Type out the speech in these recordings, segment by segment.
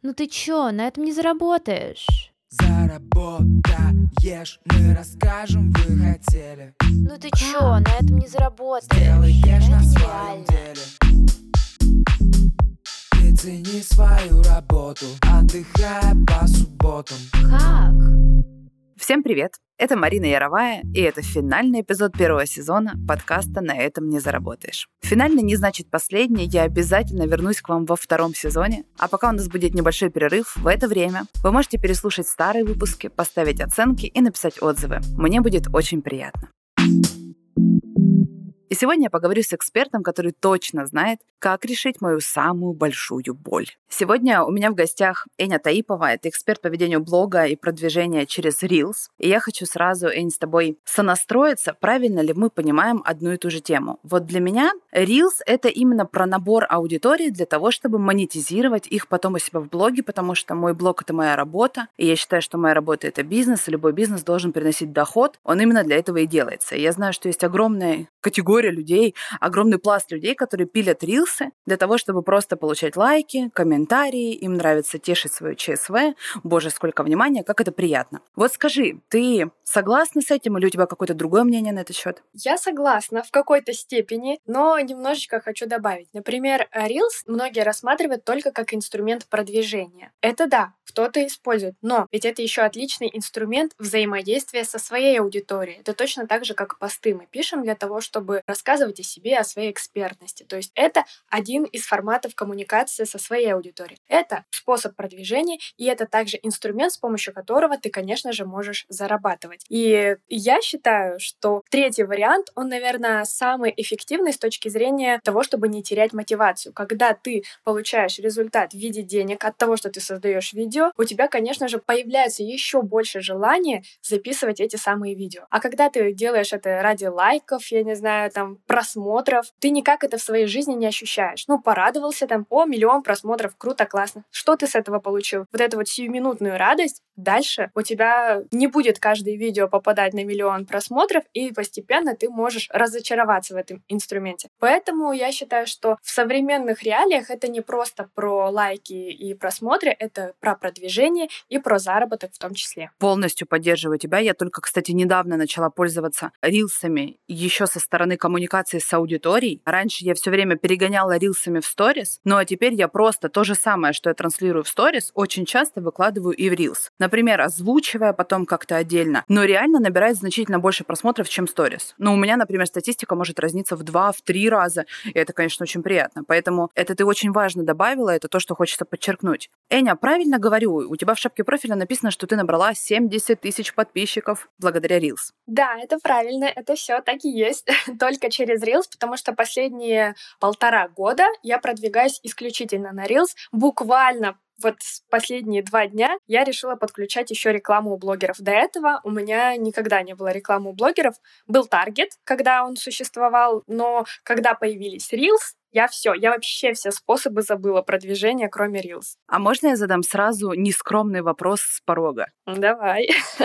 Ну ты чё, на этом не заработаешь. Заработаешь, мы расскажем, вы хотели. Ну ты чё, на этом не заработаешь. Сделаешь Это на своем нереально. деле. Ты цени свою работу, отдыхая по субботам. Как? Всем привет! Это Марина Яровая, и это финальный эпизод первого сезона подкаста «На этом не заработаешь». Финальный не значит последний, я обязательно вернусь к вам во втором сезоне. А пока у нас будет небольшой перерыв, в это время вы можете переслушать старые выпуски, поставить оценки и написать отзывы. Мне будет очень приятно. И сегодня я поговорю с экспертом, который точно знает, как решить мою самую большую боль. Сегодня у меня в гостях Эня Таипова, это эксперт по ведению блога и продвижения через Reels. И я хочу сразу, Эня, с тобой сонастроиться, правильно ли мы понимаем одну и ту же тему. Вот для меня Reels — это именно про набор аудитории для того, чтобы монетизировать их потом у себя в блоге, потому что мой блог — это моя работа, и я считаю, что моя работа — это бизнес, и любой бизнес должен приносить доход, он именно для этого и делается. И я знаю, что есть огромная категория людей, огромный пласт людей, которые пилят рилсы для того, чтобы просто получать лайки, комментарии, им нравится тешить свою ЧСВ. Боже, сколько внимания, как это приятно. Вот скажи, ты согласна с этим или у тебя какое-то другое мнение на этот счет? Я согласна в какой-то степени, но немножечко хочу добавить. Например, Reels многие рассматривают только как инструмент продвижения. Это да, кто-то использует, но ведь это еще отличный инструмент взаимодействия со своей аудиторией. Это точно так же, как посты мы пишем для того, чтобы рассказывать о себе, о своей экспертности. То есть это один из форматов коммуникации со своей аудиторией. Это способ продвижения, и это также инструмент, с помощью которого ты, конечно же, можешь зарабатывать. И я считаю, что третий вариант, он, наверное, самый эффективный с точки зрения того, чтобы не терять мотивацию. Когда ты получаешь результат в виде денег от того, что ты создаешь видео, у тебя, конечно же, появляется еще больше желания записывать эти самые видео. А когда ты делаешь это ради лайков, я не знаю, там, просмотров, ты никак это в своей жизни не ощущаешь. Ну, порадовался там, 1 миллион просмотров, круто, классно. Что ты с этого получил? Вот эту вот сиюминутную радость. Дальше у тебя не будет каждое видео попадать на 1 миллион просмотров, и постепенно ты можешь разочароваться в этом инструменте. Поэтому я считаю, что в современных реалиях это не просто про лайки и просмотры, это про продвижение и про заработок в том числе. Полностью поддерживаю тебя. Я только, кстати, недавно начала пользоваться рилсами еще со стороны коммуникации с аудиторией. Раньше я все время перегоняла рилсами в сторис, ну а теперь я просто то же самое, что я транслирую в сторис, очень часто выкладываю и в рилс. Например, озвучивая потом как-то отдельно, но реально набирает значительно больше просмотров, чем сторис. Ну, у меня, например, статистика может разниться в 2-3 раза, и это, конечно, очень приятно. Поэтому это ты очень важно добавила, это то, что хочется подчеркнуть. Эня, правильно говорю, у тебя в шапке профиля написано, что ты набрала 70 тысяч подписчиков благодаря Reels. Да, это правильно, это все так и есть, только через Reels, потому что последние 1,5 года я продвигаюсь исключительно на Reels, буквально вот последние 2 дня я решила подключать еще рекламу у блогеров. До этого у меня никогда не было рекламы у блогеров. Был Target, когда он существовал, но когда появились Reels, я вообще все способы забыла продвижения, кроме Reels. А можно я задам сразу нескромный вопрос с порога? Давай.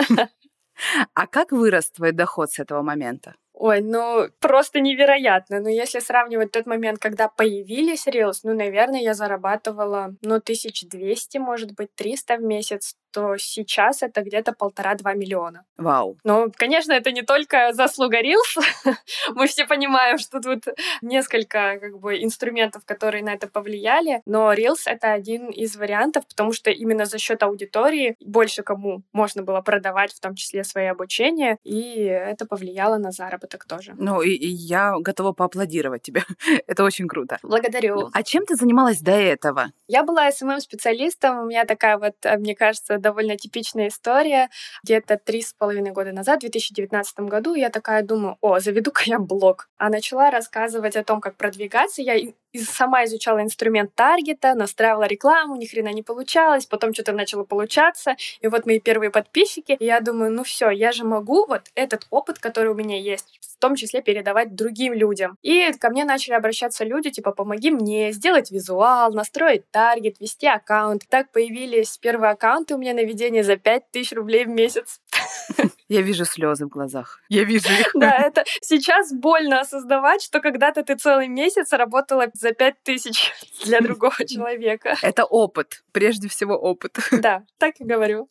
А как вырос твой доход с этого момента? Ой, ну просто невероятно. Но если сравнивать тот момент, когда появились Reels, ну, наверное, я зарабатывала, 1200, может быть, 300 в месяц, то сейчас это где-то 1,5-2 миллиона. Вау. Но, конечно, это не только заслуга Reels. Мы все понимаем, что тут несколько инструментов, которые на это повлияли. Но Reels — это один из вариантов, потому что именно за счет аудитории больше кому можно было продавать, в том числе свои обучения, и это повлияло на заработок тоже. Ну, и я готова поаплодировать тебе. Это очень круто. Благодарю. А чем ты занималась до этого? Я была SMM-специалистом. У меня такая вот, мне кажется, довольно типичная история. Где-то 3,5 года назад, в 2019 году, я такая думаю, заведу-ка я блог. А начала рассказывать о том, как продвигаться. Я сама изучала инструмент таргета, настраивала рекламу, ни хрена не получалось, потом что-то начало получаться, и вот мои первые подписчики, и я думаю, ну все, я же могу вот этот опыт, который у меня есть, в том числе передавать другим людям. И ко мне начали обращаться люди, типа, помоги мне сделать визуал, настроить таргет, вести аккаунт. Так появились первые аккаунты у меня на ведение за 5000 рублей в месяц. Я вижу слезы в глазах. Я вижу их. Да, это сейчас больно осознавать, что когда-то ты целый месяц работала за 5000 для другого человека. Это опыт. Прежде всего опыт. Да, так и говорю.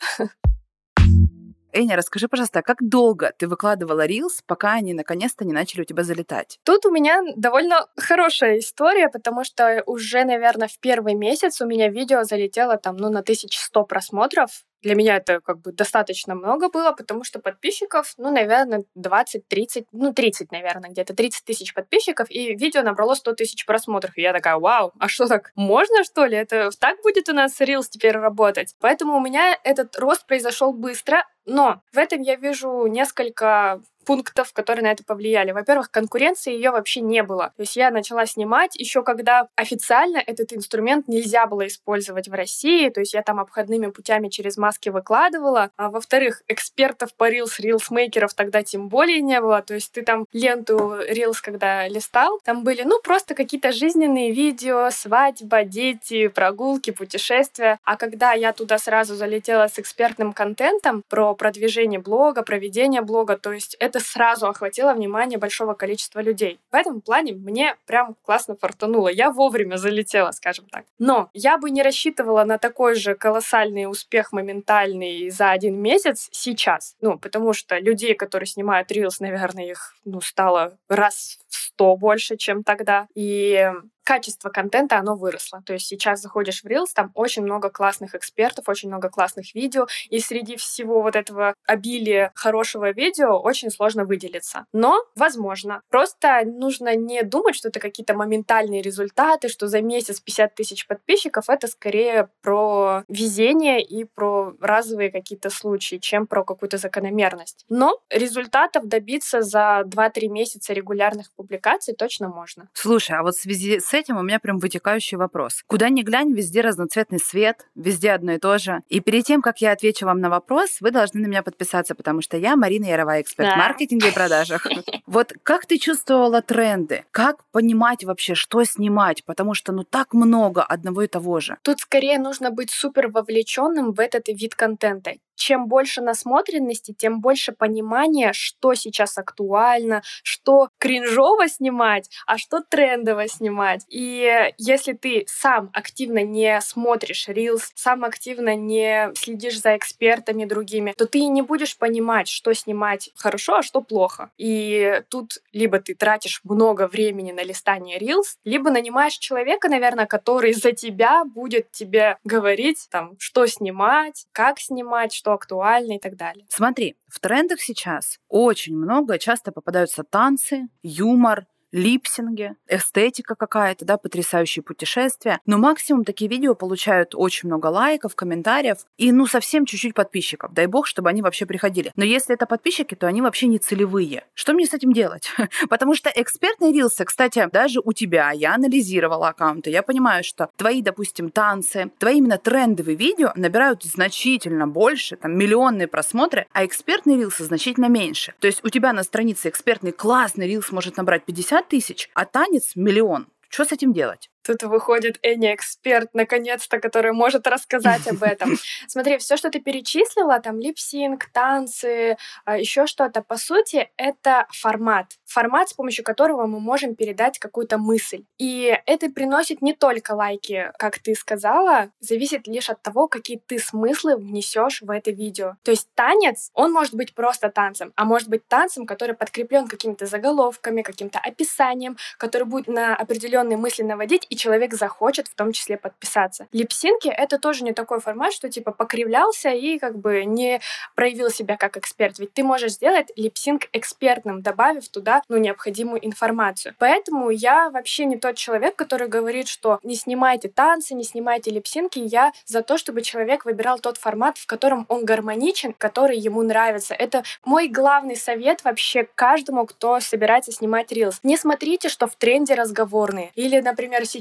Эня, расскажи, пожалуйста, как долго ты выкладывала Reels, пока они наконец-то не начали у тебя залетать? Тут у меня довольно хорошая история, потому что уже, наверное, в первый месяц у меня видео залетело там, на 1100 просмотров. Для меня это как бы достаточно много было, потому что подписчиков, наверное, 20-30, 30, наверное, где-то 30 тысяч подписчиков, и видео набрало 100 тысяч просмотров. И я такая, вау, а что так? Можно, что ли? Это так будет у нас Reels теперь работать? Поэтому у меня этот рост произошел быстро, но в этом я вижу несколько пунктов, которые на это повлияли. Во-первых, конкуренции ее вообще не было. То есть я начала снимать еще когда официально этот инструмент нельзя было использовать в России, то есть я там обходными путями через маски выкладывала. А во-вторых, экспертов по Reels, рилсмейкеров тогда тем более не было. То есть ты там ленту Reels, когда листал, там были, просто какие-то жизненные видео, свадьба, дети, прогулки, путешествия. А когда я туда сразу залетела с экспертным контентом про продвижение блога, про ведение блога, то есть это сразу охватило внимание большого количества людей. В этом плане мне прям классно фартануло. Я вовремя залетела, скажем так. Но я бы не рассчитывала на такой же колоссальный успех моментальный за 1 месяц сейчас. Потому что людей, которые снимают Reels, наверное, их стало раз в 100 больше, чем тогда. И качество контента, оно выросло. То есть сейчас заходишь в Reels, там очень много классных экспертов, очень много классных видео, и среди всего вот этого обилия хорошего видео очень сложно выделиться. Но возможно. Просто нужно не думать, что это какие-то моментальные результаты, что за месяц 50 тысяч подписчиков. Это скорее про везение и про разовые какие-то случаи, чем про какую-то закономерность. Но результатов добиться за 2-3 месяца регулярных публикаций точно можно. Слушай, а вот в связи с этим у меня прям вытекающий вопрос. Куда ни глянь, везде разноцветный свет, везде одно и то же. И перед тем, как я отвечу вам на вопрос, вы должны на меня подписаться, потому что я Марина Яровая, эксперт в маркетинге и продажах. Вот как ты чувствовала тренды? Как понимать вообще, что снимать? Потому что так много одного и того же. Тут скорее нужно быть супер вовлеченным в этот вид контента. Чем больше насмотренности, тем больше понимания, что сейчас актуально, что кринжово снимать, а что трендово снимать. И если ты сам активно не смотришь Reels, сам активно не следишь за экспертами другими, то ты и не будешь понимать, что снимать хорошо, а что плохо. И тут либо ты тратишь много времени на листание Reels, либо нанимаешь человека, наверное, который за тебя будет тебе говорить, что снимать, как снимать, что актуально и так далее. Смотри, в трендах сейчас очень много, часто попадаются танцы, юмор, липсинги, эстетика какая-то, потрясающие путешествия. Но максимум такие видео получают очень много лайков, комментариев и, совсем чуть-чуть подписчиков. Дай бог, чтобы они вообще приходили. Но если это подписчики, то они вообще не целевые. Что мне с этим делать? Потому что экспертные рилсы, кстати, даже у тебя, я анализировала аккаунты, я понимаю, что твои, допустим, танцы, твои именно трендовые видео набирают значительно больше, миллионные просмотры, а экспертные рилсы значительно меньше. То есть у тебя на странице экспертный классный рилс может набрать 50 тысяч, а танец 1 миллион. Что с этим делать? Тут выходит Эня эксперт, наконец-то, который может рассказать об этом. Смотри, все, что ты перечислила, липсинг, танцы, еще что-то, по сути, это формат. Формат, с помощью которого мы можем передать какую-то мысль. И это приносит не только лайки, как ты сказала, зависит лишь от того, какие ты смыслы внесешь в это видео. То есть танец, он может быть просто танцем, а может быть танцем, который подкреплен какими-то заголовками, каким-то описанием, который будет на определенные мысли наводить, и человек захочет в том числе подписаться. Липсинки — это тоже не такой формат, что покривлялся и не проявил себя как эксперт. Ведь ты можешь сделать липсинг экспертным, добавив туда необходимую информацию. Поэтому я вообще не тот человек, который говорит, что не снимайте танцы, не снимайте липсинки. Я за то, чтобы человек выбирал тот формат, в котором он гармоничен, который ему нравится. Это мой главный совет вообще каждому, кто собирается снимать Reels. Не смотрите, что в тренде разговорные. Или, например, сейчас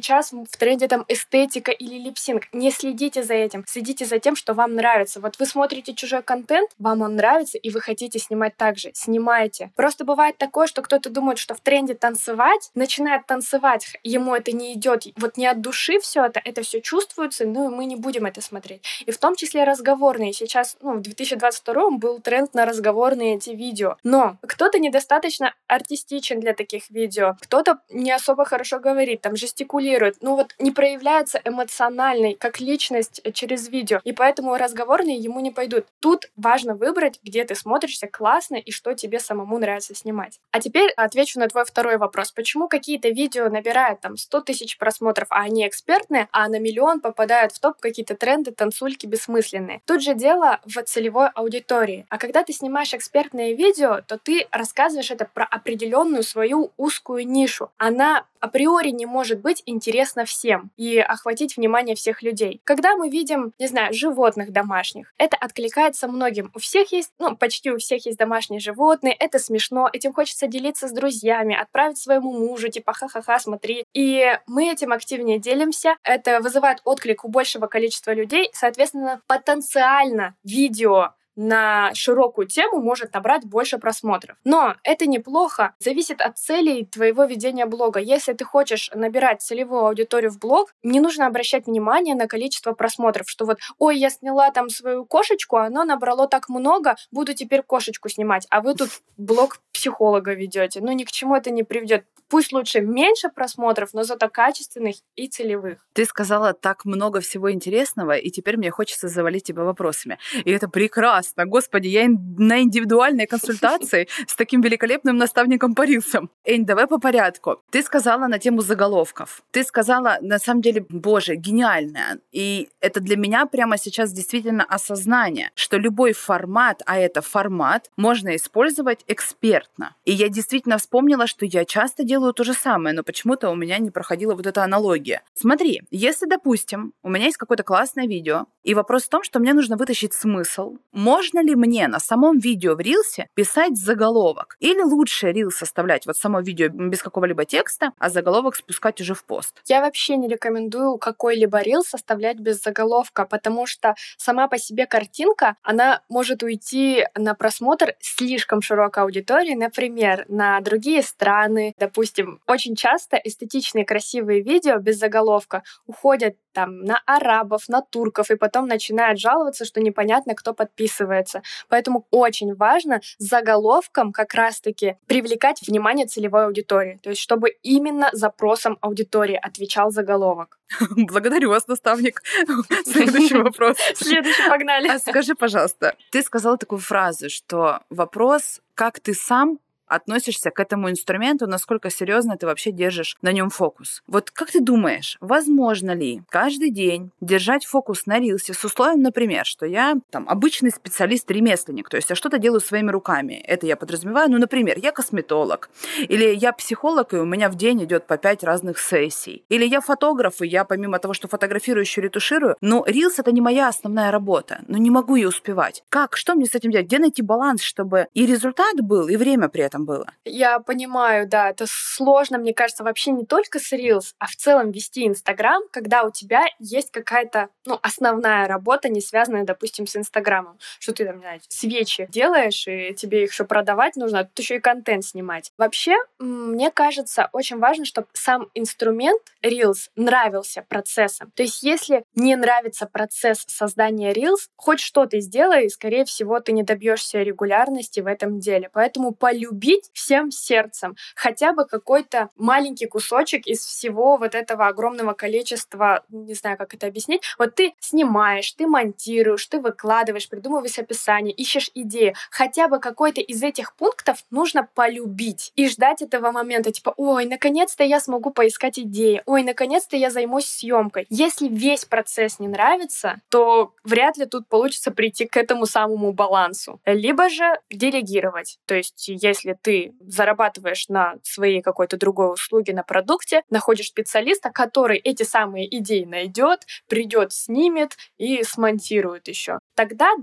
сейчас в тренде там эстетика или липсинг. Не следите за этим. Следите за тем, что вам нравится. Вот вы смотрите чужой контент, вам он нравится, и вы хотите снимать так же. Снимайте. Просто бывает такое, что кто-то думает, что в тренде танцевать, начинает танцевать, ему это не идет. Вот не от души все это все чувствуется, ну и мы не будем это смотреть. И в том числе разговорные. Сейчас, в 2022 был тренд на разговорные эти видео. Но кто-то недостаточно артистичен для таких видео, кто-то не особо хорошо говорит, там жестикулирует, не проявляется эмоциональной, как личность через видео, и поэтому разговорные ему не пойдут. Тут важно выбрать, где ты смотришься классно и что тебе самому нравится снимать. А теперь отвечу на твой второй вопрос. Почему какие-то видео набирают там 100 тысяч просмотров, а они экспертные, а на миллион попадают в топ какие-то тренды, танцульки бессмысленные? Тут же дело в целевой аудитории. А когда ты снимаешь экспертные видео, то ты рассказываешь это про определенную свою узкую нишу. Она априори не может быть интересна всем и охватить внимание всех людей. Когда мы видим, не знаю, животных домашних, это откликается многим. У всех есть, почти у всех есть домашние животные, это смешно, этим хочется делиться с друзьями, отправить своему мужу, типа ха-ха-ха, смотри. И мы этим активнее делимся, это вызывает отклик у большего количества людей, соответственно, потенциально видео на широкую тему может набрать больше просмотров. Но это неплохо, зависит от целей твоего ведения блога. Если ты хочешь набирать целевую аудиторию в блог, не нужно обращать внимание на количество просмотров, что ой, я сняла там свою кошечку, оно набрало так много, буду теперь кошечку снимать, а вы тут блог психолога ведете. Ни к чему это не приведет. Пусть лучше меньше просмотров, но зато качественных и целевых. Ты сказала так много всего интересного, и теперь мне хочется завалить тебя вопросами. И это прекрасно. Господи, я на индивидуальной консультации с таким великолепным наставником по рилсам. Энь, давай по порядку. Ты сказала на тему заголовков. Ты сказала, на самом деле, боже, гениально. И это для меня прямо сейчас действительно осознание, что любой формат, а это формат, можно использовать экспертно. И я действительно вспомнила, что я часто делаю то же самое, но почему-то у меня не проходила вот эта аналогия. Смотри, если, допустим, у меня есть какое-то классное видео, и вопрос в том, что мне нужно вытащить смысл, можно ли мне на самом видео в рилсе писать заголовок? Или лучше рилс составлять само видео без какого-либо текста, а заголовок спускать уже в пост? Я вообще не рекомендую какой-либо рилс составлять без заголовка, потому что сама по себе картинка, она может уйти на просмотр слишком широкой аудитории, например, на другие страны. Допустим, очень часто эстетичные красивые видео без заголовка уходят на арабов, на турков, и потом начинают жаловаться, что непонятно, кто подписывается. Поэтому очень важно заголовком как раз-таки привлекать внимание целевой аудитории. То есть, чтобы именно запросам аудитории отвечал заголовок. Благодарю вас, наставник. Следующий вопрос. Следующий, погнали. А скажи, пожалуйста, ты сказала такую фразу, что вопрос, как ты сам относишься к этому инструменту, насколько серьезно ты вообще держишь на нем фокус. Вот как ты думаешь, возможно ли каждый день держать фокус на рилсе с условием, например, что я обычный специалист-ремесленник, то есть я что-то делаю своими руками. Это я подразумеваю, например, я косметолог, или я психолог, и у меня в день идет по 5 разных сессий, или я фотограф, и я помимо того, что фотографирую, еще ретуширую, но рилс — это не моя основная работа, но не могу ее успевать. Как? Что мне с этим делать? Где найти баланс, чтобы и результат был, и время при этом было? Я понимаю, да, это сложно, мне кажется, вообще не только с Reels, а в целом вести Инстаграм, когда у тебя есть какая-то, основная работа, не связанная, допустим, с Инстаграмом. Что ты свечи делаешь, и тебе их еще продавать нужно, а тут еще и контент снимать. Вообще, мне кажется, очень важно, чтобы сам инструмент Reels нравился процессом. То есть, если не нравится процесс создания Reels, хоть что ты сделай, скорее всего, ты не добьешься регулярности в этом деле. Поэтому полюбить всем сердцем хотя бы какой-то маленький кусочек из всего вот этого огромного количества, не знаю, как это объяснить. Вот ты снимаешь, ты монтируешь, ты выкладываешь, придумываешь описание, ищешь идеи. Хотя бы какой-то из этих пунктов нужно полюбить и ждать этого момента, типа, ой, наконец-то я смогу поискать идеи, ой, наконец-то я займусь съемкой. Если весь процесс не нравится, то вряд ли тут получится прийти к этому самому балансу. Либо же делегировать. То есть, если ты зарабатываешь на своей какой-то другой услуге, на продукте, находишь специалиста, который эти самые идеи найдет, придет, снимет и смонтирует еще. Тогда да,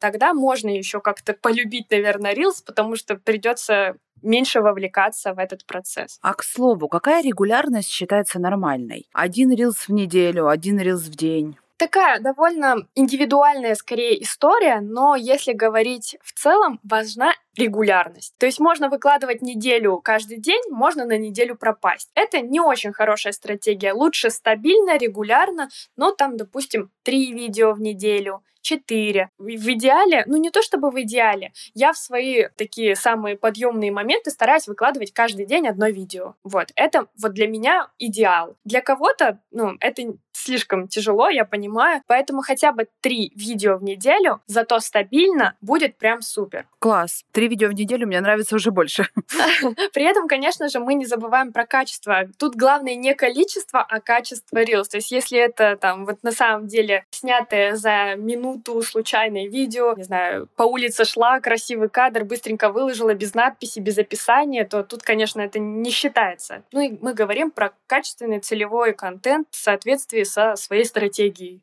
тогда можно еще как-то полюбить, наверное, Reels, потому что придется меньше вовлекаться в этот процесс. А к слову, какая регулярность считается нормальной? 1 рилс в неделю, 1 рилс в день? Такая довольно индивидуальная, скорее, история, но если говорить в целом, важна регулярность. То есть можно выкладывать неделю каждый день, можно на неделю пропасть. Это не очень хорошая стратегия. Лучше стабильно, регулярно, но там, допустим, 3 видео в неделю, 4. В идеале, не то чтобы в идеале, я в свои такие самые подъемные моменты стараюсь выкладывать каждый день одно видео. Вот, это вот для меня идеал. Для кого-то, это слишком тяжело, я понимаю, поэтому хотя бы 3 видео в неделю, зато стабильно, будет прям супер. Класс. 3 видео в неделю мне нравится уже больше. При этом, конечно же, мы не забываем про качество. Тут главное не количество, а качество Reels. То есть если это там вот на самом деле снятое за минуту случайное видео, не знаю, по улице шла, красивый кадр, быстренько выложила без надписи, без описания, то тут, конечно, это не считается. И мы говорим про качественный целевой контент в соответствии со своей стратегией.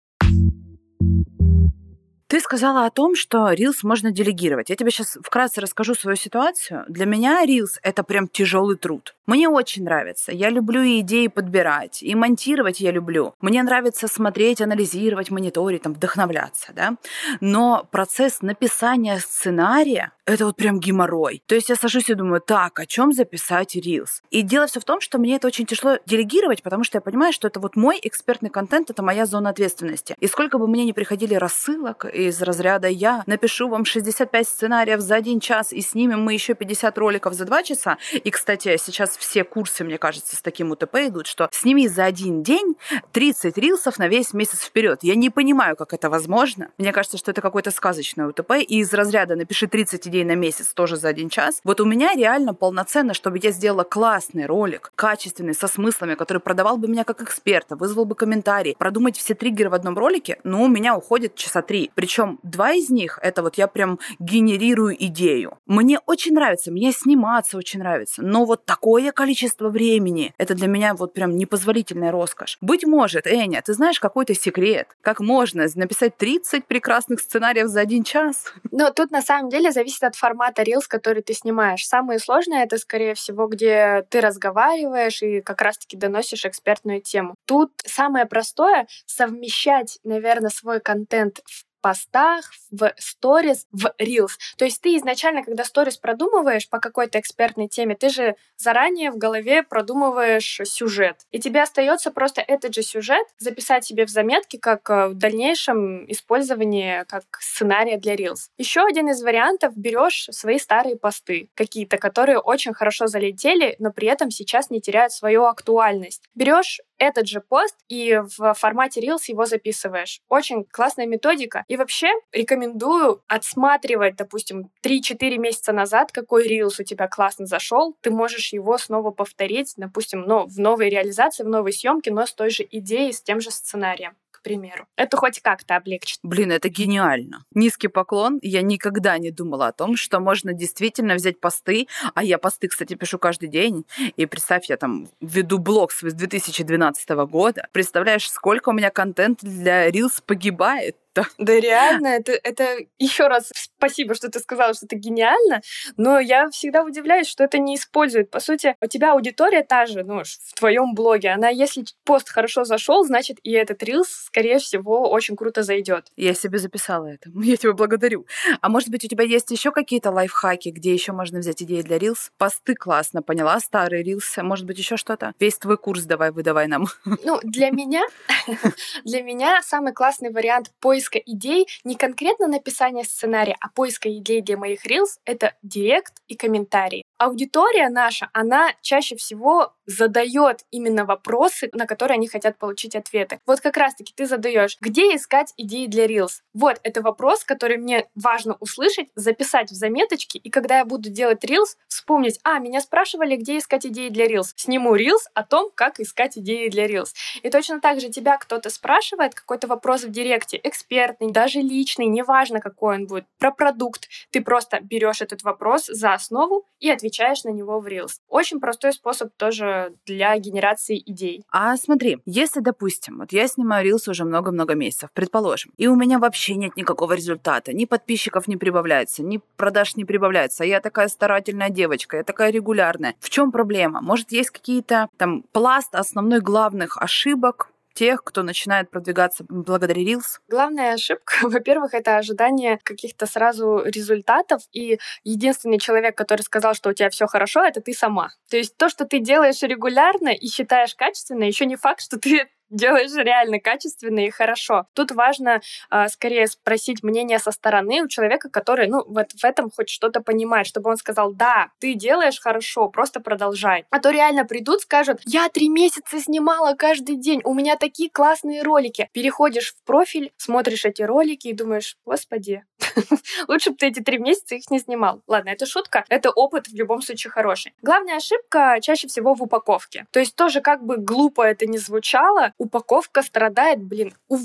Ты сказала о том, что Reels можно делегировать. Я тебе сейчас вкратце расскажу свою ситуацию. Для меня Reels — это прям тяжелый труд. Мне очень нравится. Я люблю и идеи подбирать, и монтировать я люблю. Мне нравится смотреть, анализировать, мониторить, вдохновляться, да? Но процесс написания сценария — это вот прям геморрой. То есть я сажусь и думаю, так, о чем записать Reels? И дело все в том, что мне это очень тяжело делегировать, потому что я понимаю, что это вот мой экспертный контент, это моя зона ответственности. И сколько бы мне ни приходили рассылок из разряда «я напишу вам 65 сценариев за 1 час, и снимем мы еще 50 роликов за 2 часа». И, кстати, сейчас все курсы, мне кажется, с таким УТП идут, что сними за 1 день 30 рилсов на весь месяц вперед. Я не понимаю, как это возможно. Мне кажется, что это какое-то сказочное УТП. И из разряда «напиши 30 идей на месяц тоже за 1 час». Вот у меня реально полноценно, чтобы я сделала классный ролик, качественный, со смыслами, который продавал бы меня как эксперта, вызвал бы комментарии, продумать все триггеры в одном ролике, у меня уходит часа 3. Причем 2 из них — это вот я прям генерирую идею. Мне очень нравится, мне сниматься очень нравится, но вот такое количество времени — это для меня вот прям непозволительная роскошь. Быть может, Эня, ты знаешь какой-то секрет? Как можно написать 30 прекрасных сценариев за 1 час? Но тут на самом деле зависит от формата Reels, который ты снимаешь. Самое сложное — это, скорее всего, где ты разговариваешь и как раз-таки доносишь экспертную тему. Тут самое простое — совмещать, наверное, свой контент в постах, в сторис, в Reels. То есть ты изначально, когда сторис продумываешь по какой-то экспертной теме, ты же заранее в голове продумываешь сюжет. И тебе остается просто этот же сюжет записать себе в заметки как в дальнейшем использование как сценария для Reels. Еще один из вариантов — берешь свои старые посты, какие-то, которые очень хорошо залетели, но при этом сейчас не теряют свою актуальность. Берешь этот же пост и в формате Reels его записываешь. Очень классная методика. И вообще рекомендую отсматривать, допустим, 3-4 месяца назад, какой Reels у тебя классно зашел. Ты можешь его снова повторить, допустим, в новой реализации, в новой съемке, но с той же идеей, с тем же сценарием. К примеру. Это хоть как-то облегчит. Блин, это гениально. Низкий поклон. Я никогда не думала о том, что можно действительно взять посты, а я посты, кстати, пишу каждый день, и представь, я там веду блог с 2012 года. Представляешь, сколько у меня контента для Reels погибает? Да реально, это еще раз спасибо, что ты сказала, что это гениально, но я всегда удивляюсь, что это не используют. По сути, у тебя аудитория та же, в твоем блоге. Она, если пост хорошо зашел, значит, и этот Reels, скорее всего, очень круто зайдет. Я себе записала это. Я тебя благодарю. А может быть, у тебя есть еще какие-то лайфхаки, где еще можно взять идеи для Reels? Посты классно, поняла, старые Reels. Может быть, еще что-то? Весь твой курс выдавай нам. Для меня самый классный вариант поиска идей, не конкретно написание сценария, а поиска идей для моих Reels — это директ и комментарии. Аудитория наша, она чаще всего задает именно вопросы, на которые они хотят получить ответы. Вот как раз-таки ты задаешь, где искать идеи для Reels. Вот, это вопрос, который мне важно услышать, записать в заметочки, и когда я буду делать Reels, вспомнить, меня спрашивали, где искать идеи для Reels. Сниму Reels о том, как искать идеи для Reels. И точно так же тебя кто-то спрашивает, какой-то вопрос в директе, экспертный, даже личный, неважно, какой он будет, про продукт. Ты просто берешь этот вопрос за основу и отвечаешь на него в Reels. Очень простой способ тоже для генерации идей. А смотри, если, допустим, вот я снимаю рилсы уже много-много месяцев, предположим, и у меня вообще нет никакого результата, ни подписчиков не прибавляется, ни продаж не прибавляется, я такая старательная девочка, я такая регулярная. В чем проблема? Может, есть какие-то там пласт основной главных ошибок тех, кто начинает продвигаться благодаря Reels? Главная ошибка, во-первых, это ожидание каких-то сразу результатов, и единственный человек, который сказал, что у тебя все хорошо, это ты сама. То есть то, что ты делаешь регулярно и считаешь качественно, еще не факт, что ты делаешь реально качественно и хорошо. Тут важно скорее спросить мнение со стороны у человека, который, вот в этом хоть что-то понимает, чтобы он сказал: да, ты делаешь хорошо, просто продолжай. А то реально придут, скажут: я 3 месяца снимала каждый день, у меня такие классные ролики. Переходишь в профиль, смотришь эти ролики и думаешь: господи, лучше бы ты эти 3 месяца их не снимал. Ладно, это шутка, это опыт в любом случае хороший. Главная ошибка чаще всего в упаковке. То есть тоже, как бы глупо это ни звучало, упаковка страдает, у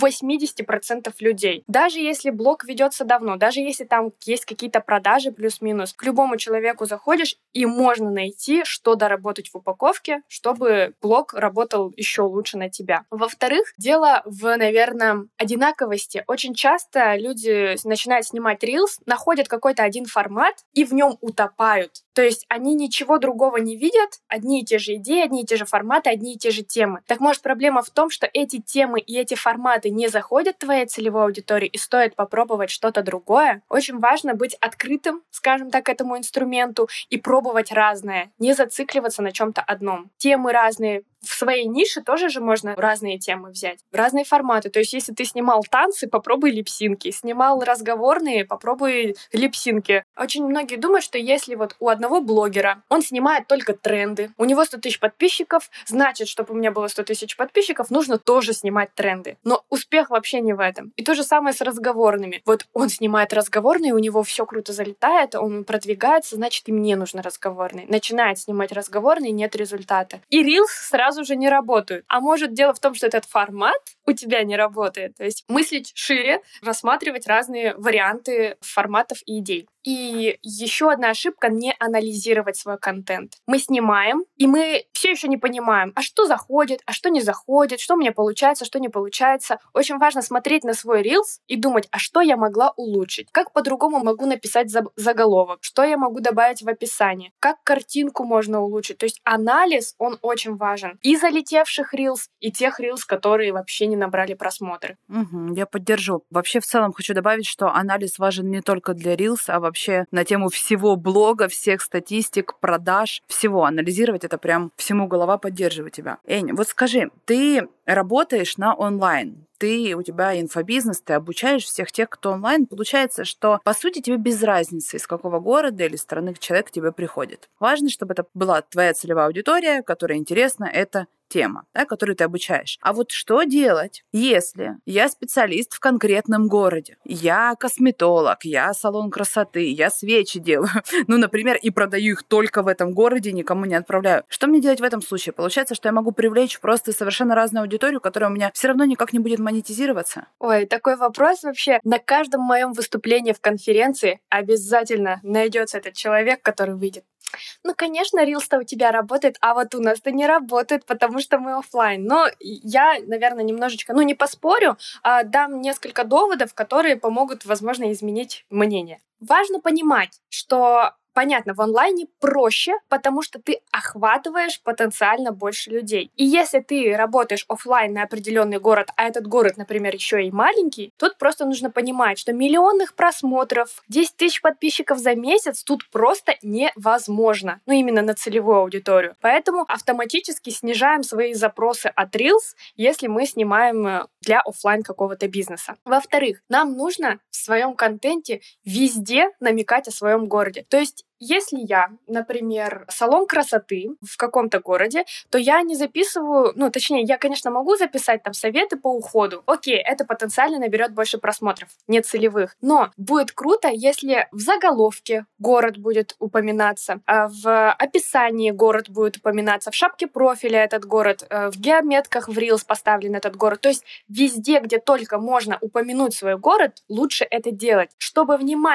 80% людей. Даже если блог ведется давно, даже если там есть какие-то продажи плюс-минус, к любому человеку заходишь, и можно найти, что доработать в упаковке, чтобы блог работал еще лучше на тебя. Во-вторых, дело в, наверное, одинаковости. Очень часто люди начинают снимать Reels, находят какой-то один формат и в нем утопают. То есть они ничего другого не видят, одни и те же идеи, одни и те же форматы, одни и те же темы. Так может, проблема в том, что эти темы и эти форматы не заходят в твоей целевой аудитории, и стоит попробовать что-то другое? Очень важно быть открытым, скажем так, к этому инструменту и пробовать разное, не зацикливаться на чем-то одном. Темы разные. В своей нише тоже же можно разные темы взять, разные форматы. То есть если ты снимал танцы, попробуй липсинки. Снимал разговорные, попробуй липсинки. Очень многие думают, что если вот у одного блогера он снимает только тренды, у него 100 тысяч подписчиков, значит, чтобы у меня было 100 тысяч подписчиков, нужно тоже снимать тренды. Но успех вообще не в этом. И то же самое с разговорными. Вот он снимает разговорные, у него все круто залетает, он продвигается, значит, и мне нужно разговорный. Начинает снимать разговорные, нет результата. И Reels сразу же не работают. А может, дело в том, что этот формат у тебя не работает. То есть мыслить шире, рассматривать разные варианты форматов и идей. И еще одна ошибка — не анализировать свой контент. Мы снимаем, и мы все еще не понимаем, а что заходит, а что не заходит, что у меня получается, что не получается. Очень важно смотреть на свой Reels и думать, а что я могла улучшить, как по-другому могу написать заголовок, что я могу добавить в описание, как картинку можно улучшить. То есть анализ, он очень важен. И залетевших Reels, и тех Reels, которые вообще не набрали просмотры. Я поддержу. Вообще, в целом, хочу добавить, что анализ важен не только для Reels, а вообще на тему всего блога, всех статистик, продаж, всего. Анализировать — это прям всему голова, поддерживать тебя. Эня, вот скажи, ты работаешь на онлайн, у тебя инфобизнес, ты обучаешь всех тех, кто онлайн. Получается, что, по сути, тебе без разницы, из какого города или страны человек к тебе приходит. Важно, чтобы это была твоя целевая аудитория, которая интересна эта тема, да, которую ты обучаешь. А вот что делать, если я специалист в конкретном городе? Я косметолог, я салон красоты, я свечи делаю, например, и продаю их только в этом городе, никому не отправляю. Что мне делать в этом случае? Получается, что я могу привлечь просто совершенно разную аудиторию, которая у меня все равно никак не будет монетизироваться? Ой, такой вопрос вообще. На каждом моем выступлении в конференции обязательно найдется этот человек, который выйдет: конечно, Reels-то у тебя работает, а вот у нас-то не работает, потому что мы офлайн. Но я, наверное, немножечко, не поспорю, а дам несколько доводов, которые помогут, возможно, изменить мнение. Важно понимать, что понятно, в онлайне проще, потому что ты охватываешь потенциально больше людей. И если ты работаешь офлайн на определенный город, а этот город, например, еще и маленький, тут просто нужно понимать, что миллионных просмотров, 10 тысяч подписчиков за месяц тут просто невозможно. Именно на целевую аудиторию. Поэтому автоматически снижаем свои запросы от Reels, если мы снимаем для офлайн какого-то бизнеса. Во-вторых, нам нужно в своем контенте везде намекать о своем городе. То есть если я, например, салон красоты в каком-то городе, то я не записываю, точнее, я, конечно, могу записать там советы по уходу. Окей, это потенциально наберет больше просмотров, не целевых. Но будет круто, если в заголовке город будет упоминаться, в описании город будет упоминаться, в шапке профиля этот город, в геометках в Reels поставлен этот город. То есть везде, где только можно упомянуть свой город, лучше это делать, чтобы внимание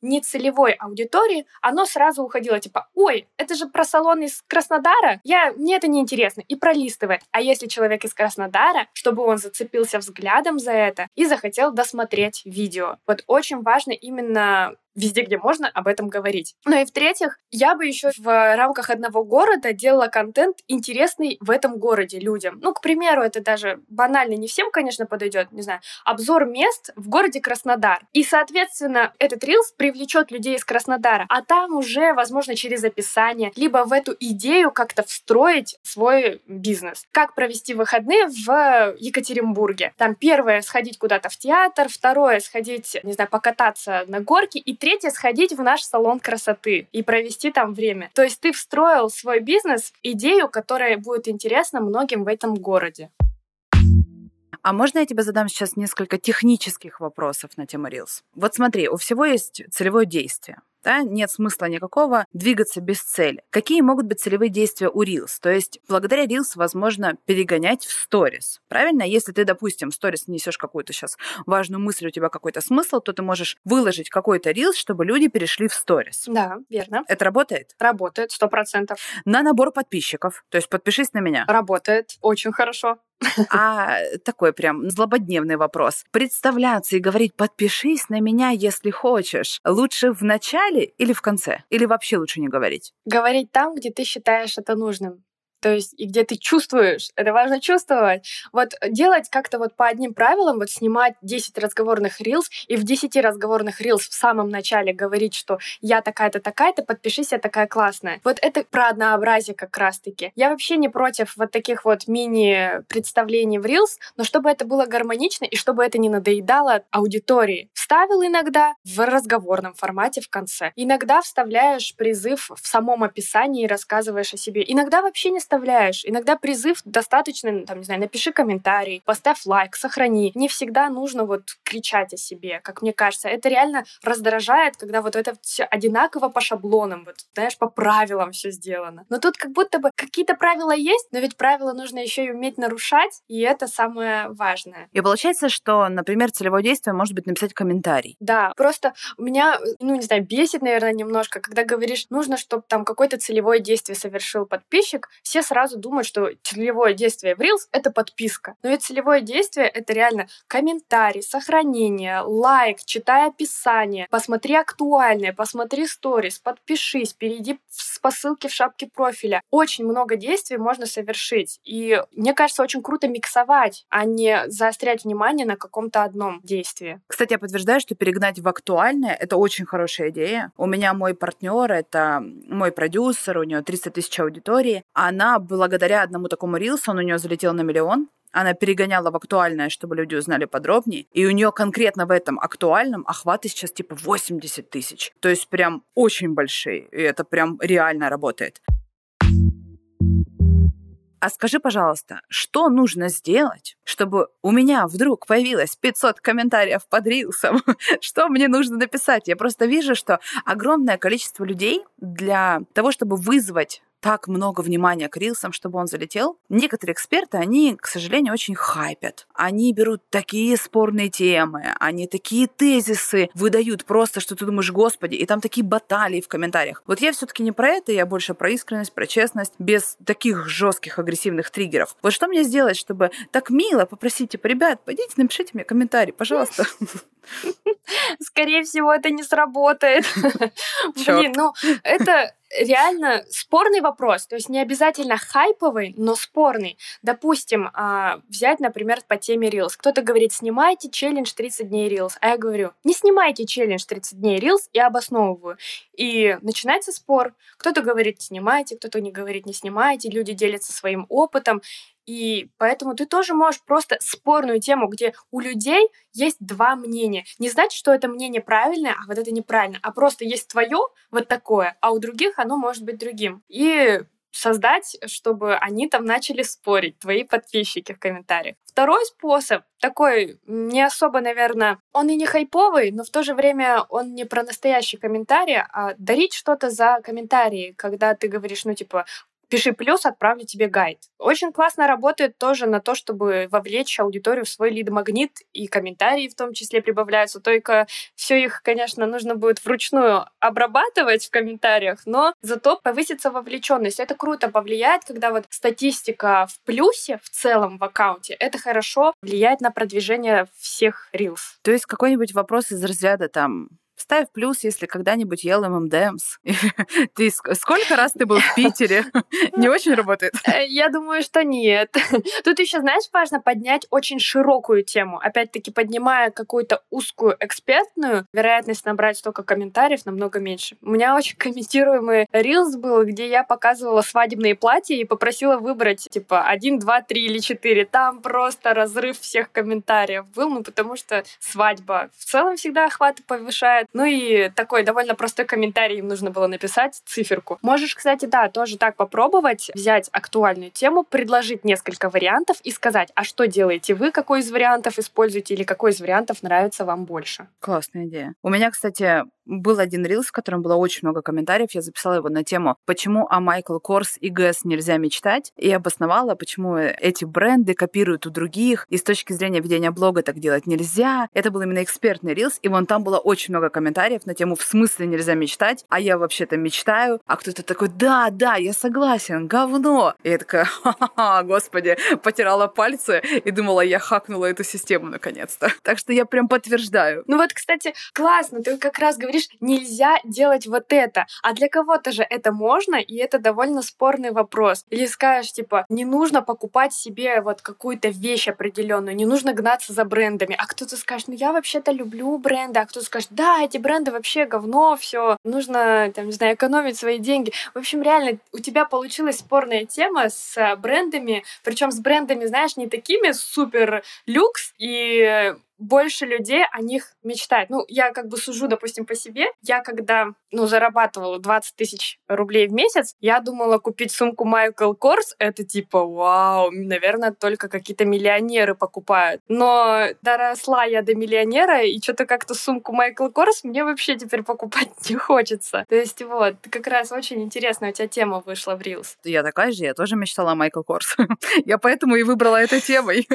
нецелевой аудитории, оно сразу уходило, типа, ой, это же про салон из Краснодара, мне это неинтересно, и пролистывает. А если человек из Краснодара, чтобы он зацепился взглядом за это и захотел досмотреть видео. Вот очень важно именно везде, где можно, об этом говорить. Ну и в-третьих, я бы еще в рамках одного города делала контент интересный в этом городе людям. Ну, к примеру, это даже банально не всем, конечно, подойдет, не знаю, обзор мест в городе Краснодар. И, соответственно, этот рилс привлечет людей из Краснодара, а там уже, возможно, через описание, либо в эту идею как-то встроить свой бизнес. Как провести выходные в Екатеринбурге. Там первое — сходить куда-то в театр, второе — сходить, не знаю, покататься на горке, и третье — сходить в наш салон красоты и провести там время. То есть ты встроил в свой бизнес идею, которая будет интересна многим в этом городе. А можно я тебе задам сейчас несколько технических вопросов на тему Reels? Вот смотри, у всего есть целевое действие. Да? Нет смысла никакого двигаться без цели. Какие могут быть целевые действия у Reels? То есть благодаря Reels возможно перегонять в Stories. Правильно? Если ты, допустим, в Stories несешь какую-то сейчас важную мысль, у тебя какой-то смысл, то ты можешь выложить какой-то Reels, чтобы люди перешли в Stories. Да, верно. Это работает? Работает, 100%. На набор подписчиков. То есть подпишись на меня. Работает, очень хорошо. А такой прям злободневный вопрос. Представляться и говорить «подпишись на меня, если хочешь» лучше в начале или в конце? Или вообще лучше не говорить? Говорить там, где ты считаешь это нужным. То есть, и где ты чувствуешь, это важно чувствовать. Вот делать как-то вот по одним правилам, вот снимать 10 разговорных рилс, и в 10 разговорных рилс в самом начале говорить, что я такая-то, такая-то, подпишись, я такая классная. Вот это про однообразие как раз-таки. Я вообще не против вот таких вот мини-представлений в рилс, но чтобы это было гармонично и чтобы это не надоедало аудитории. Вставил иногда в разговорном формате в конце. Иногда вставляешь призыв в самом описании и рассказываешь о себе. Иногда вообще не вставляешь. Иногда призыв достаточно, там, не знаю, напиши комментарий, поставь лайк, сохрани. Не всегда нужно вот кричать о себе, как мне кажется. Это реально раздражает, когда вот это все одинаково по шаблонам, вот, знаешь, по правилам все сделано. Но тут как будто бы какие-то правила есть, но ведь правила нужно еще и уметь нарушать, и это самое важное. И получается, что, например, целевое действие может быть написать комментарий. Да, просто меня, не знаю, бесит, наверное, немножко, когда говоришь, нужно, чтобы там какое-то целевое действие совершил подписчик, все сразу думают, что целевое действие в Reels — это подписка. Но ведь целевое действие — это реально комментарий, сохранение, лайк, читай описание, посмотри актуальное, посмотри сторис, подпишись, перейди по ссылке в шапке профиля. Очень много действий можно совершить. И мне кажется, очень круто миксовать, а не заострять внимание на каком-то одном действии. Кстати, я подтверждаю, что перегнать в актуальное — это очень хорошая идея. У меня мой партнер, это мой продюсер, у нее 300 тысяч аудитории. Она благодаря одному такому рилсу, он у нее залетел на 1 миллион. Она перегоняла в актуальное, чтобы люди узнали подробнее. И у нее конкретно в этом актуальном охваты сейчас типа 80 тысяч. То есть прям очень большие. И это прям реально работает. А скажи, пожалуйста, что нужно сделать, чтобы у меня вдруг появилось 500 комментариев под рилсом? Что мне нужно написать? Я просто вижу, что огромное количество людей для того, чтобы вызвать так много внимания к рилсам, чтобы он залетел. Некоторые эксперты, они, к сожалению, очень хайпят. Они берут такие спорные темы, они такие тезисы выдают просто, что ты думаешь, господи, и там такие баталии в комментариях. Вот я все-таки не про это, я больше про искренность, про честность, без таких жестких агрессивных триггеров. Вот что мне сделать, чтобы так мило попросить, типа, ребят, пойдите, напишите мне комментарий, пожалуйста. Скорее всего, это не сработает. Блин, это реально спорный вопрос. То есть не обязательно хайповый, но спорный. Допустим, взять, например, по теме Reels. Кто-то говорит, снимайте челлендж 30 дней Reels. А я говорю, не снимайте челлендж 30 дней Reels, и обосновываю. И начинается спор. Кто-то говорит, снимайте, кто-то не говорит, не снимайте. Люди делятся своим опытом. И поэтому ты тоже можешь просто спорную тему, где у людей есть два мнения. Не значит, что это мнение правильное, а вот это неправильно, а просто есть твое вот такое, а у других оно может быть другим. И создать, чтобы они там начали спорить, твои подписчики в комментариях. Второй способ, такой не особо, наверное, он и не хайповый, но в то же время он не про настоящие комментарии, а дарить что-то за комментарии, когда ты говоришь, Пиши плюс, отправлю тебе гайд. Очень классно работает тоже на то, чтобы вовлечь аудиторию в свой лид-магнит, и комментарии в том числе прибавляются. Только все их, конечно, нужно будет вручную обрабатывать в комментариях, но зато повысится вовлеченность. Это круто повлияет, когда вот статистика в плюсе в целом в аккаунте. Это хорошо влияет на продвижение всех Reels. То есть какой-нибудь вопрос из разряда там: ставь плюс, если когда-нибудь ел ММДМС. Ты сколько раз ты был в Питере? Не очень работает? Я думаю, что нет. Тут еще, знаешь, важно поднять очень широкую тему. Опять-таки, поднимая какую-то узкую экспертную, вероятность набрать столько комментариев намного меньше. У меня очень комментируемый рилс был, где я показывала свадебные платья и попросила выбрать, типа, 1, 2, 3 или 4. Там просто разрыв всех комментариев был, потому что свадьба в целом всегда охваты повышает. Ну и такой довольно простой комментарий им нужно было написать, циферку. Можешь, кстати, да, тоже так попробовать, взять актуальную тему, предложить несколько вариантов и сказать, а что делаете вы, какой из вариантов используете или какой из вариантов нравится вам больше. Классная идея. У меня, кстати, был один рилс, в котором было очень много комментариев. Я записала его на тему «Почему о Майкл Корс и Гэс нельзя мечтать?» и обосновала, почему эти бренды копируют у других, и с точки зрения ведения блога так делать нельзя. Это был именно экспертный рилс, и вон там было очень много комментариев на тему «В смысле нельзя мечтать? А я вообще-то мечтаю». А кто-то такой «Да, я согласен, говно». И я такая «Ха-ха-ха, господи», потирала пальцы и думала, я хакнула эту систему наконец-то. Так что я прям подтверждаю. Ну вот, кстати, классно, ты как раз говоришь, нельзя делать вот это. А для кого-то же это можно, и это довольно спорный вопрос. Или скажешь, типа, не нужно покупать себе вот какую-то вещь определенную, не нужно гнаться за брендами. А кто-то скажет, ну я вообще-то люблю бренды, а кто-то скажет, да, эти бренды вообще говно, все, нужно, там, не знаю, экономить свои деньги. В общем, реально, у тебя получилась спорная тема с брендами, причем с брендами, знаешь, не такими супер люкс и больше людей о них мечтает. Ну, я как бы сужу, допустим, по себе. Я когда, зарабатывала 20 тысяч рублей в месяц, я думала купить сумку Michael Kors. Это типа, вау, наверное, только какие-то миллионеры покупают. Но доросла я до миллионера, и что-то как-то сумку Michael Kors мне вообще теперь покупать не хочется. То есть вот, как раз очень интересная у тебя тема вышла в Reels. Я такая же, я тоже мечтала о Майкл Корс. Я поэтому и выбрала этой темой.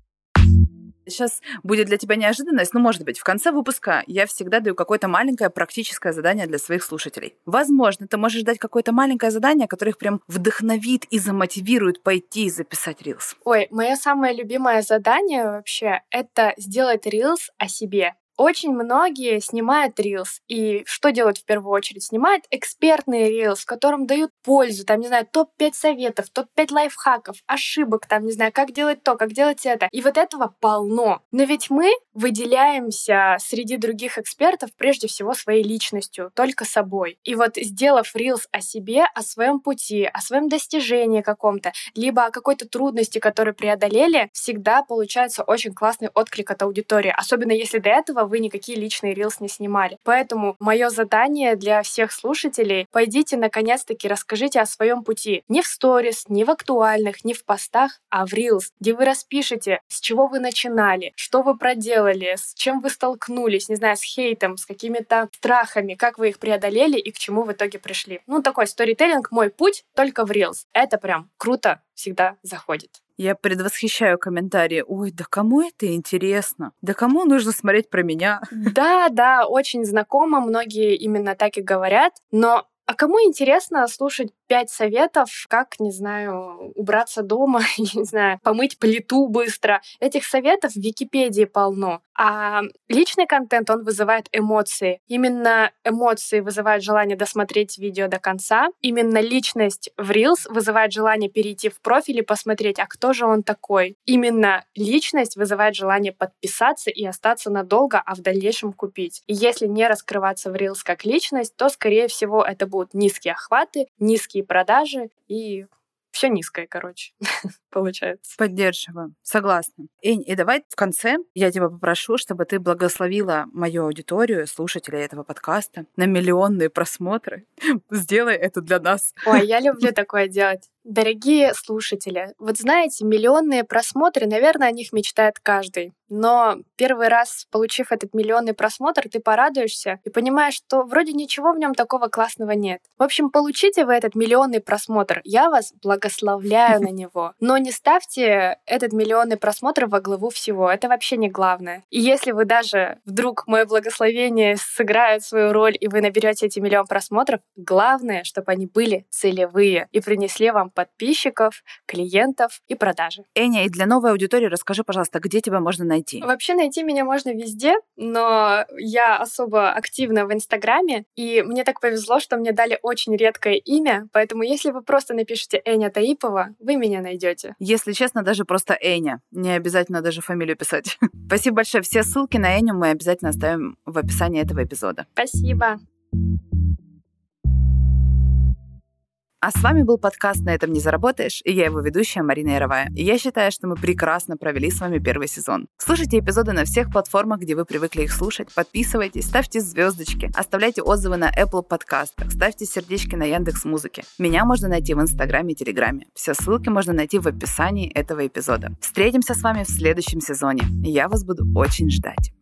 Сейчас будет для тебя неожиданность, но, может быть, в конце выпуска я всегда даю какое-то маленькое практическое задание для своих слушателей. Возможно, ты можешь дать какое-то маленькое задание, которое их прям вдохновит и замотивирует пойти и записать рилс. Ой, мое самое любимое задание вообще — это сделать рилс о себе. Очень многие снимают рилс, и что делают в первую очередь? Снимают экспертный рилс, в котором дают пользу, там, не знаю, топ-5 советов, топ-5 лайфхаков, ошибок, там, не знаю, как делать то, как делать это. И вот этого полно. Но ведь мы выделяемся среди других экспертов прежде всего своей личностью, только собой. И вот сделав рилс о себе, о своем пути, о своем достижении каком-то, либо о какой-то трудности, которую преодолели, всегда получается очень классный отклик от аудитории, особенно если до этого вы никакие личные рилс не снимали. Поэтому мое задание для всех слушателей: пойдите наконец-таки расскажите о своем пути. Не в сторис, не в актуальных, не в постах, а в рилс, где вы распишете, с чего вы начинали, что вы проделали, с чем вы столкнулись, не знаю, с хейтом, с какими-то страхами, как вы их преодолели и к чему в итоге пришли. Такой сторителлинг, мой путь только в рилс. Это прям круто, всегда заходит. Я предвосхищаю комментарии. Ой, да кому это интересно? Да кому нужно смотреть про меня? Да, очень знакомо, многие именно так и говорят, но а кому интересно слушать 5 советов, как, не знаю, убраться дома, не знаю, помыть плиту быстро? Этих советов в Википедии полно. А личный контент, он вызывает эмоции. Именно эмоции вызывают желание досмотреть видео до конца. Именно личность в Reels вызывает желание перейти в профиль и посмотреть, а кто же он такой. Именно личность вызывает желание подписаться и остаться надолго, а в дальнейшем купить. И если не раскрываться в Reels как личность, то, скорее всего, это будут низкие охваты, низкие продажи и все низкое, короче. получается. Поддерживаю. Согласна. Энь, и давай в конце я тебя попрошу, чтобы ты благословила мою аудиторию, слушателей этого подкаста на миллионные просмотры. Сделай это для нас. Ой, я люблю такое делать. Дорогие слушатели, вот знаете, миллионные просмотры, наверное, о них мечтает каждый. Но первый раз, получив этот миллионный просмотр, ты порадуешься и понимаешь, что вроде ничего в нем такого классного нет. В общем, получите вы этот миллионный просмотр. Я вас благословляю на него. Но не ставьте этот миллионный просмотр во главу всего. Это вообще не главное. И если вы даже вдруг мое благословение сыграет свою роль, и вы наберете эти миллион просмотров, главное, чтобы они были целевые и принесли вам подписчиков, клиентов и продажи. Эня, и для новой аудитории расскажи, пожалуйста, где тебя можно найти? Вообще найти меня можно везде, но я особо активна в Инстаграме, и мне так повезло, что мне дали очень редкое имя, поэтому если вы просто напишите Эня Таипова, вы меня найдете. Если честно, даже просто Эня. Не обязательно даже фамилию писать. Спасибо большое. Все ссылки на Эню мы обязательно оставим в описании этого эпизода. Спасибо. А с вами был подкаст «На этом не заработаешь», и я его ведущая Марина Яровая. И я считаю, что мы прекрасно провели с вами первый сезон. Слушайте эпизоды на всех платформах, где вы привыкли их слушать, подписывайтесь, ставьте звездочки, оставляйте отзывы на Apple подкастах, ставьте сердечки на Яндекс.Музыке. Меня можно найти в Инстаграме и Телеграме. Все ссылки можно найти в описании этого эпизода. Встретимся с вами в следующем сезоне. Я вас буду очень ждать.